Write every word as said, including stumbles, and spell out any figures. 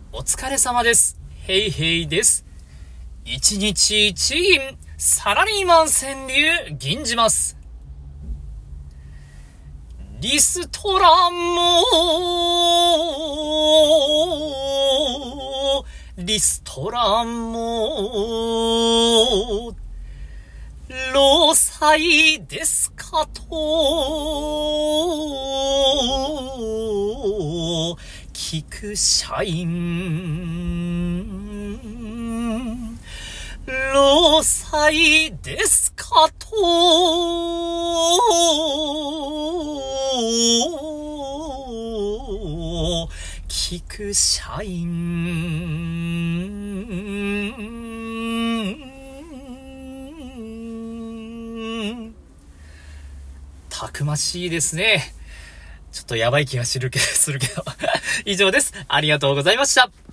お疲れ様です。ヘイヘイです。一日一銀、サラリーマン川柳、銀じます。リストラも、リストラも、労災ですかと、聞く社員。労災ですかと、聞く社員。たくましいですね。ちょっとやばい気がするけど、するけど。以上です。ありがとうございました。